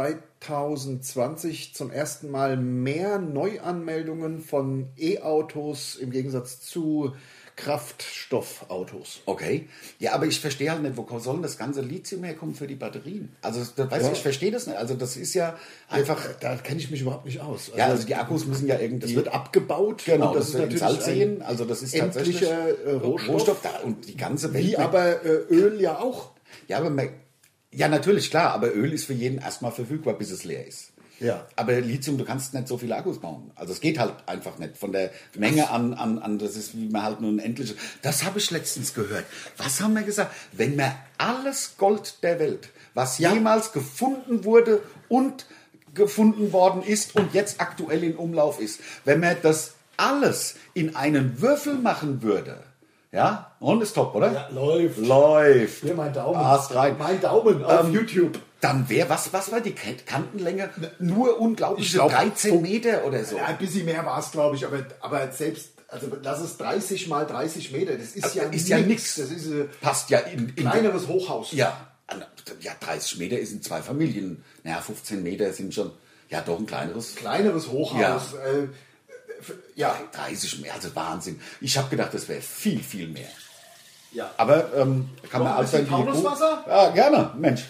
2020 zum ersten Mal mehr Neuanmeldungen von E-Autos im Gegensatz zu Kraftstoffautos. Okay. Ja, aber ich verstehe halt nicht, wo soll denn das ganze Lithium herkommen für die Batterien? Also, ich verstehe das nicht. Also, das ist ja einfach... Da kenne ich mich überhaupt nicht aus. Also die Akkus müssen ja irgendwie... Das wird abgebaut. Genau, das ist natürlich Salzseen. Also, das ist tatsächlich... Rohstoff da, und die ganze Welt... Wie aber Öl ja auch. Ja, natürlich, klar. Aber Öl ist für jeden erstmal verfügbar, bis es leer ist. Ja. Aber Lithium, du kannst nicht so viele Akkus bauen. Also es geht halt einfach nicht. Von der Menge an das ist wie man halt nur ein endliches... Das habe ich letztens gehört. Was haben wir gesagt? Wenn man alles Gold der Welt, was jemals gefunden wurde und gefunden worden ist und jetzt aktuell in Umlauf ist, wenn man das alles in einen Würfel machen würde... Ja, und ist top, oder? Ja, läuft. Hier mein Daumen. Ast rein. Mein Daumen auf YouTube. Dann was war die Kantenlänge? Nur unglaubliche 13 Meter oder so. Ja, ein bisschen mehr war es, glaube ich, aber selbst, also lass es 30 mal 30 Meter, das ist ja nichts. Das ist passt ja in kleineres Hochhaus. Ja, 30 Meter ist in 2 Familien. 15 Meter sind schon, doch ein kleineres. Kleineres Hochhaus. Ja. 30 mehr, also Wahnsinn. Ich habe gedacht, das wäre viel, viel mehr. Ja. Aber kann man alles Taunuswasser? Ja, gerne, Mensch.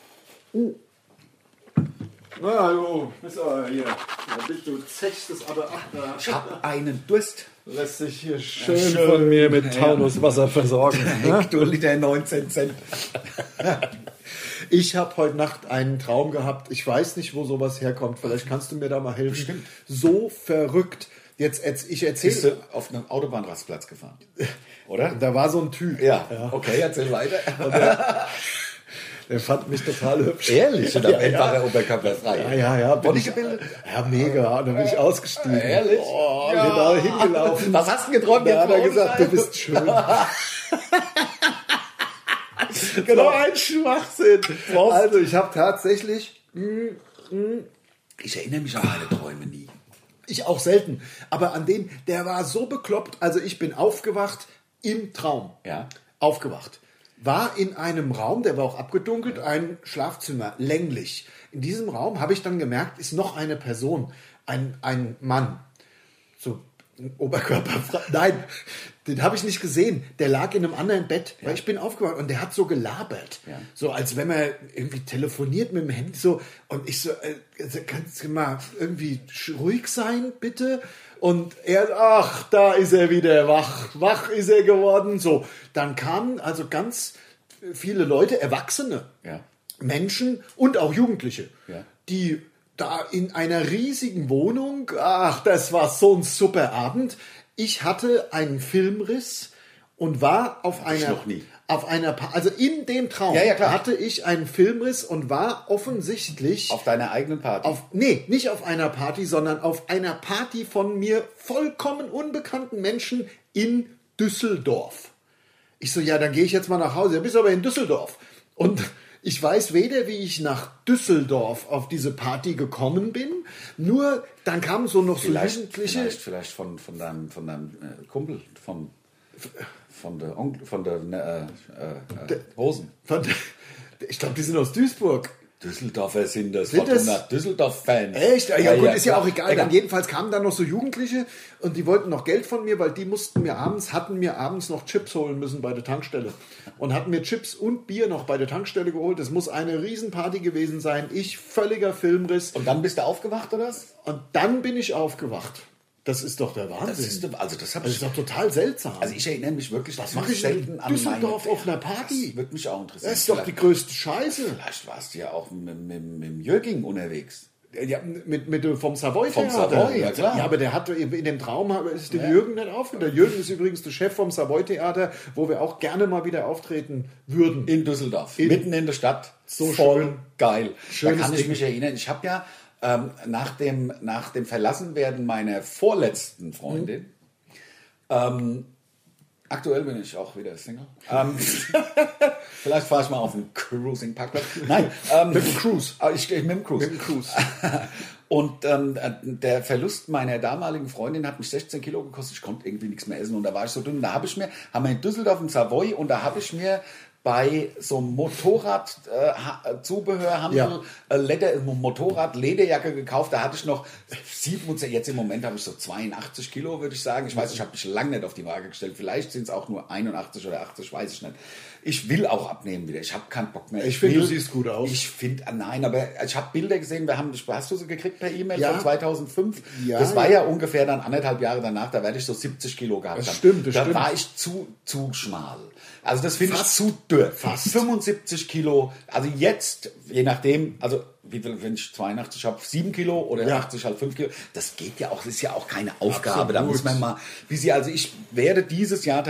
Na, du bist aber hier. Du zechst es aber ab. Ich habe einen Durst. Lässt sich hier schön von mir mit Taunuswasser versorgen. Hektoliter 19 Cent. Ich habe heute Nacht einen Traum gehabt. Ich weiß nicht, wo sowas herkommt. Vielleicht kannst du mir da mal helfen. Bestimmt. So verrückt. Ich erzähle. Bist du auf einem Autobahnrastplatz gefahren? Oder? Da war so ein Typ. Ja. Okay, erzähl weiter. Der fand mich total hübsch. Ehrlich? Oder war er oberkörperfrei? Ja. Bodygebildet? Ja, mega. Da bin ich ausgestiegen. Ehrlich? Oh, bin da hingelaufen. Was hast du geträumt? Da hat er gesagt, du bist schön. Genau, ein Schwachsinn. Also ich habe tatsächlich... Ich erinnere mich an meine Träume nie. Ich auch selten. Aber an den, der war so bekloppt. Also ich bin aufgewacht im Traum. Ja. Aufgewacht. War in einem Raum, der war auch abgedunkelt, ein Schlafzimmer, länglich. In diesem Raum habe ich dann gemerkt, ist noch eine Person, ein Mann. So ein Oberkörper. Nein, den habe ich nicht gesehen. Der lag in einem anderen Bett, weil ich bin aufgewacht und der hat so gelabert. Ja. So als wenn man irgendwie telefoniert mit dem Handy so. Und ich so, kannst du mal irgendwie ruhig sein, bitte? Und er, da ist er wieder wach. Wach ist er geworden. So, dann kamen also ganz viele Leute, Erwachsene, Menschen und auch Jugendliche, die da in einer riesigen Wohnung, das war so ein super Abend. Ich hatte einen Filmriss und war auf einer, also in dem Traum hatte ich einen Filmriss und war offensichtlich... Auf deiner eigenen Party? Nicht auf einer Party, sondern auf einer Party von mir vollkommen unbekannten Menschen in Düsseldorf. Ich so, dann gehe ich jetzt mal nach Hause. Du bist aber in Düsseldorf. Und ich weiß weder, wie ich nach Düsseldorf auf diese Party gekommen bin, nur dann kamen so noch so Jugendliche... Vielleicht von deinem Kumpel, von der Hosen. Ich glaube, die sind aus Duisburg. Düsseldorfer sind das. Düsseldorf-Fans. Echt? Ja, gut, ist ja auch egal. Dann jedenfalls kamen dann noch so Jugendliche und die wollten noch Geld von mir, weil die hatten mir abends noch Chips holen müssen bei der Tankstelle. Und hatten mir Chips und Bier noch bei der Tankstelle geholt. Das muss eine Riesenparty gewesen sein. Ich völliger Filmriss. Und dann bist du aufgewacht, oder was? Und dann bin ich aufgewacht. Das ist doch der Wahnsinn. Das ist doch total seltsam. Also ich erinnere mich wirklich das mache ich selten an Düsseldorf auf einer Party. Das würde mich auch interessieren. Das ist doch die größte Scheiße. Vielleicht warst du ja auch mit Jürgen unterwegs. Ja, vom Savoy Vom Savoy, ja klar. Ja, aber der hat in dem Traum ist der Jürgen nicht aufgetreten. Der Jürgen ist übrigens der Chef vom Savoy Theater, wo wir auch gerne mal wieder auftreten würden. In Düsseldorf. Mitten in der Stadt. So voll schön. Geil. Schönes Da kann ich Ding. mich erinnern. Ich habe ja nach dem Verlassenwerden meiner vorletzten Freundin, aktuell bin ich auch wieder Single. Vielleicht fahre ich mal auf einen Cruising-Parkplatz. Nein, Mit dem Cruise. Mit dem Cruise. Mit dem Cruise. Und der Verlust meiner damaligen Freundin hat mich 16 Kilo gekostet. Ich konnte irgendwie nichts mehr essen und da war ich so dünn. Da haben wir in Düsseldorf im Savoy und da habe ich mir bei so einem Motorrad-Zubehörhandel Motorrad-Lederjacke gekauft. Da hatte ich noch 77, jetzt im Moment habe ich so 82 Kilo, würde ich sagen. Ich weiß, ich habe mich lange nicht auf die Waage gestellt. Vielleicht sind es auch nur 81 oder 80, weiß ich nicht. Ich will auch abnehmen wieder. Ich habe keinen Bock mehr. Ich finde, du siehst gut aus. Ich finde, nein, aber ich habe Bilder gesehen. Hast du sie gekriegt per E-Mail von 2005? Ja, das war ja ungefähr dann 1,5 Jahre danach. Da werde ich so 70 Kilo gehabt haben. Das stimmt. Da war ich zu schmal. Also das finde ich zu dürr. Fast. 75 Kilo. Also jetzt, je nachdem, also wie viel, wenn ich 82 habe, 7 Kilo oder 80 halt 5 Kilo. Das geht ja auch, das ist ja auch keine Aufgabe. Absolut. Da muss man mal, also ich werde dieses Jahr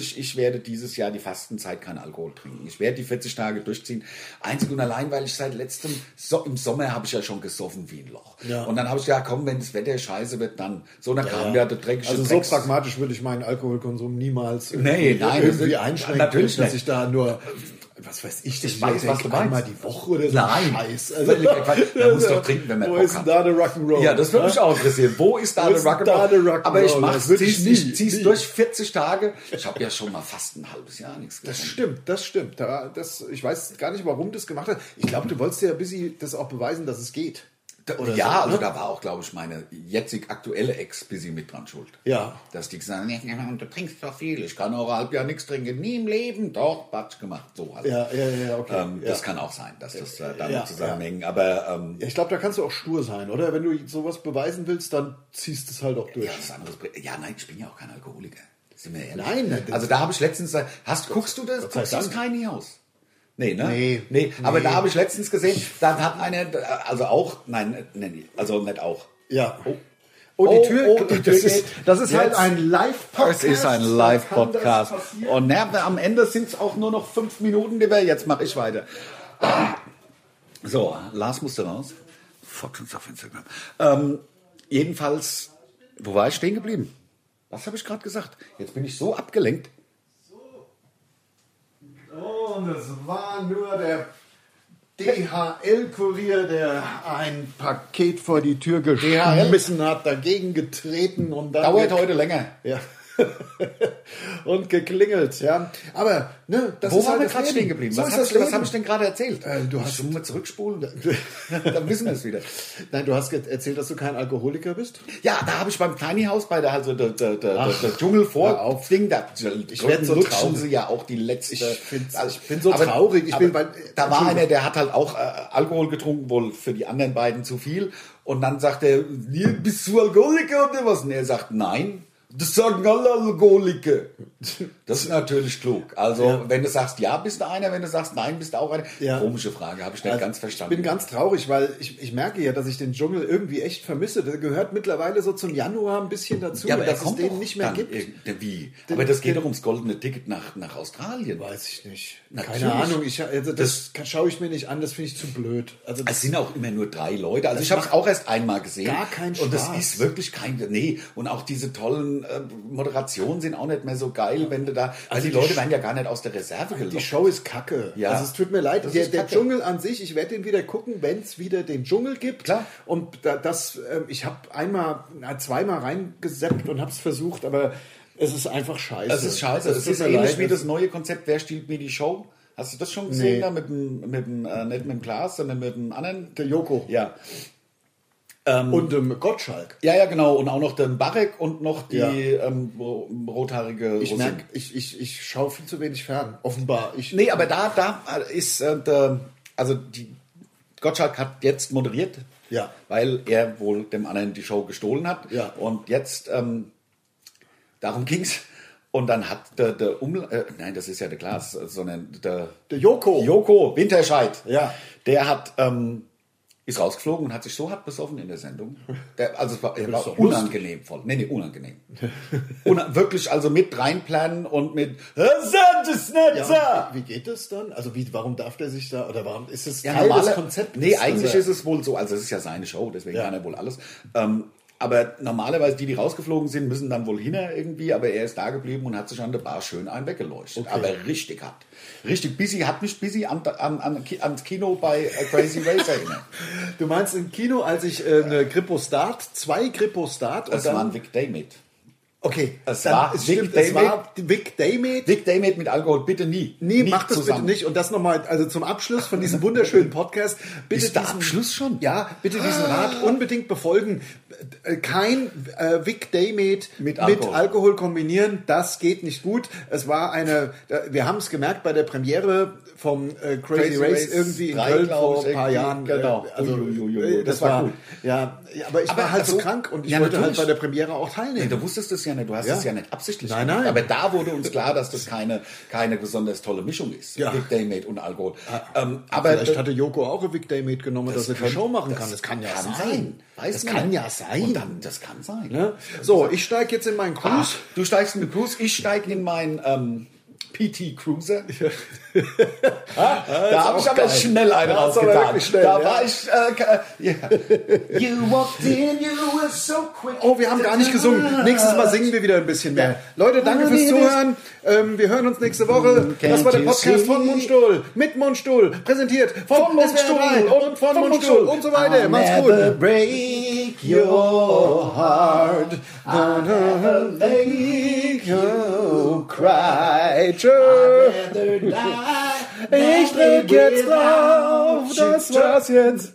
die Fastenzeit keinen Alkohol trinken. Ich werde die 40 Tage durchziehen. Einzig und allein, weil ich seit letztem, im Sommer habe ich ja schon gesoffen wie ein Loch. Ja. Und dann habe ich gedacht, komm, wenn das Wetter scheiße wird, dann kam der dreckige Also so pragmatisch würde ich meinen Alkoholkonsum niemals nein, irgendwie einschränken. Natürlich dass nicht. ich da nur, was weiß ich, Ich weiß, was du meinst. einmal die Woche oder so. Nein. Scheiß. Also, Man muss doch trinken, wenn man wo Bock ist denn hat. da der Rock'n'Roll? Ja, das würde mich auch interessieren. Wo ist da Wo der ist denn da der Rock'n'Roll? Rock'n'Roll? Aber ich Das würde ich zieh's nie. durch 40 Tage. Ich habe ja schon mal fast ein halbes Jahr nichts getrunken. Das stimmt. Ich weiß gar nicht, warum das gemacht hat. Ich glaube, du wolltest ja ein bisschen das auch beweisen, dass es geht. Oder Ja, so, also ne? da war auch, glaube ich, meine jetzig aktuelle Ex bisschen mit dran schuld. Ja. Dass die gesagt haben, du trinkst doch viel, ich kann auch ein halbes Jahr nichts trinken, nie im Leben. Doch, Batsch gemacht, so halt. Ja, okay. Das kann auch sein, dass das damit ja, zusammenhängt. Aber Ja, ich glaube, da kannst du auch stur sein, oder? Wenn du sowas beweisen willst, dann ziehst du es halt auch durch. ja, das andere nein, ich bin ja auch kein Alkoholiker. Sind wir ehrlich? Nein, Also da habe ich letztens, guckst du das Tiny House? Nee, ne? Nee. Aber da habe ich letztens gesehen, da hat eine, also auch, also nicht auch. Ja. Die Tür geht. das ist halt Jetzt- ein Live-Podcast. Es ist ein Live-Podcast. Und am Ende sind es auch nur noch 5 Minuten, die jetzt mache ich weiter. So, Lars musste raus. Folgt uns auf Instagram. Jedenfalls, wo war ich stehen geblieben? Was habe ich gerade gesagt? Jetzt bin ich so abgelenkt. Und es war nur der DHL-Kurier, der ein Paket vor die Tür geschmissen hat, dagegen getreten und dann Dauert heute länger. ja. und geklingelt, ja. Aber ne, das Wo ist waren halt wir das gerade Leben. stehen geblieben? So Was ist habe das ich, was Leben. hab ich denn gerade erzählt? Du hast schon mal zurückspulen. Dann wissen wir es wieder. Nein, du hast erzählt, dass du kein Alkoholiker bist. Ja, da habe ich beim Tiny House bei der Dschungel vor Ding, da werd so lutschen traurig. sie ja auch die letzte. Ich bin so traurig. Da war einer, der hat halt auch Alkohol getrunken, wohl für die anderen beiden zu viel. Und dann sagt er, bist du Alkoholiker oder was? Und er sagt, nein. Das sagen alle Alkoholiker. Das ist natürlich klug. Also, wenn du sagst, ja, bist du einer, wenn du sagst, nein, bist du auch einer. Ja. Komische Frage, habe ich nicht ganz verstanden. Ich bin ganz traurig, weil ich merke ja, dass ich den Dschungel irgendwie echt vermisse. Der gehört mittlerweile so zum Januar ein bisschen dazu, ja, aber dass der kommt es den doch nicht mehr dann gibt. Wie? Aber das geht doch ums goldene Ticket nach Australien. Weiß ich nicht. Natürlich. Keine Ahnung. Das schaue ich mir nicht an, das finde ich zu blöd. Also Es sind auch immer nur 3 Leute. Also Das ich habe es macht auch erst einmal gesehen. gar keinen Und das Spaß. ist wirklich nee. Und auch diese tollen Moderationen sind auch nicht mehr so geil, wenn du da, weil die Leute werden ja gar nicht aus der Reserve gelockt. die Show ist kacke. Ja. Also es tut mir leid. Das Der ist kacke. Dschungel an sich, ich werde den wieder gucken, wenn es wieder den Dschungel gibt. Klar. Und ich habe zweimal reingeseppt und habe es versucht, aber es ist einfach scheiße. Das ist scheiße. Das Das tut ist mir ähnlich leid. wie das neue Konzept, wer stiehlt mir die Show? Hast du das schon gesehen Nee. da mit dem nicht mit dem Klaas, sondern mit dem anderen? Der Joko. Ja. Und Gottschalk. Ja, genau. Und auch noch den Barek und noch die Ja. rothaarige Ich Russin. merke, ich schaue viel zu wenig fern. Offenbar. Nee, aber da ist Gottschalk hat jetzt moderiert, Ja. weil er wohl dem anderen die Show gestohlen hat. Ja. Und jetzt, darum ging's. Und dann hat nein, das ist ja der Glas, sondern der Joko Winterscheid, Ja. der hat, ist rausgeflogen und hat sich so hart besoffen in der Sendung. Er war doch unangenehm voll. Nee, unangenehm. Wirklich, also mit reinplanen und mit das nicht so. Ja, wie geht das dann? Also warum darf der sich da, oder warum ist es Ja, Teil des normale, Konzepts? Nee, eigentlich ist es wohl so, also es ist ja seine Show, deswegen kann er wohl alles. Aber normalerweise, die rausgeflogen sind, müssen dann wohl hin irgendwie, aber er ist da geblieben und hat sich an der Bar schön einen weggeleuchtet. Okay. Aber richtig hart. Richtig busy, hat mich busy ans Kino bei Crazy Race erinnert. Du meinst im Kino, als ich eine zwei Grippo-Start Das war ein Vic Daymet. Okay, es war Vic Daymet. Vic Daymet mit Alkohol, bitte nie. Nie macht das zusammen. Bitte nicht. Und das nochmal, also zum Abschluss von diesem wunderschönen Podcast. Bitte ist der Abschluss schon? Ja, bitte diesen Rat unbedingt befolgen. Kein Vic Daymet mit Alkohol kombinieren, das geht nicht gut. Es war wir haben es gemerkt bei der Premiere vom Crazy Race irgendwie in Köln vor ein paar Jahren. Genau. Also, das war gut. Ja, aber ich war halt so krank und ich wollte halt bei der Premiere auch teilnehmen. Nee, du wusstest es ja nicht, du hast es ja nicht absichtlich gemacht. Nein. Aber da wurde uns klar, dass das keine besonders tolle Mischung ist. Ja. Vic Daymet und Alkohol. Aber vielleicht hatte Joko auch ein Vic Daymet genommen, dass er die Show machen kann. Das kann ja sein. Das kann ja sein. Und dann, das kann sein. Ne? So, ich steige jetzt in meinen Cruise. Du steigst in den Cruise, ich steige in meinen PT Cruiser. Da habe ich aber schnell einen rausgetan. Da war ich. You walked in, you were so quick. Oh, wir haben gar nicht gesungen. Nächstes Mal singen wir wieder ein bisschen mehr. Leute, danke fürs Zuhören. Wir hören uns nächste Woche. Das war der Podcast von Mundstuhl. Mit Mundstuhl. Präsentiert von Mundstuhl und von Mundstuhl und so weiter. Macht's gut. Break your heart. I'll make you cry. Tschö. Ich drück jetzt drauf. Das war's jetzt.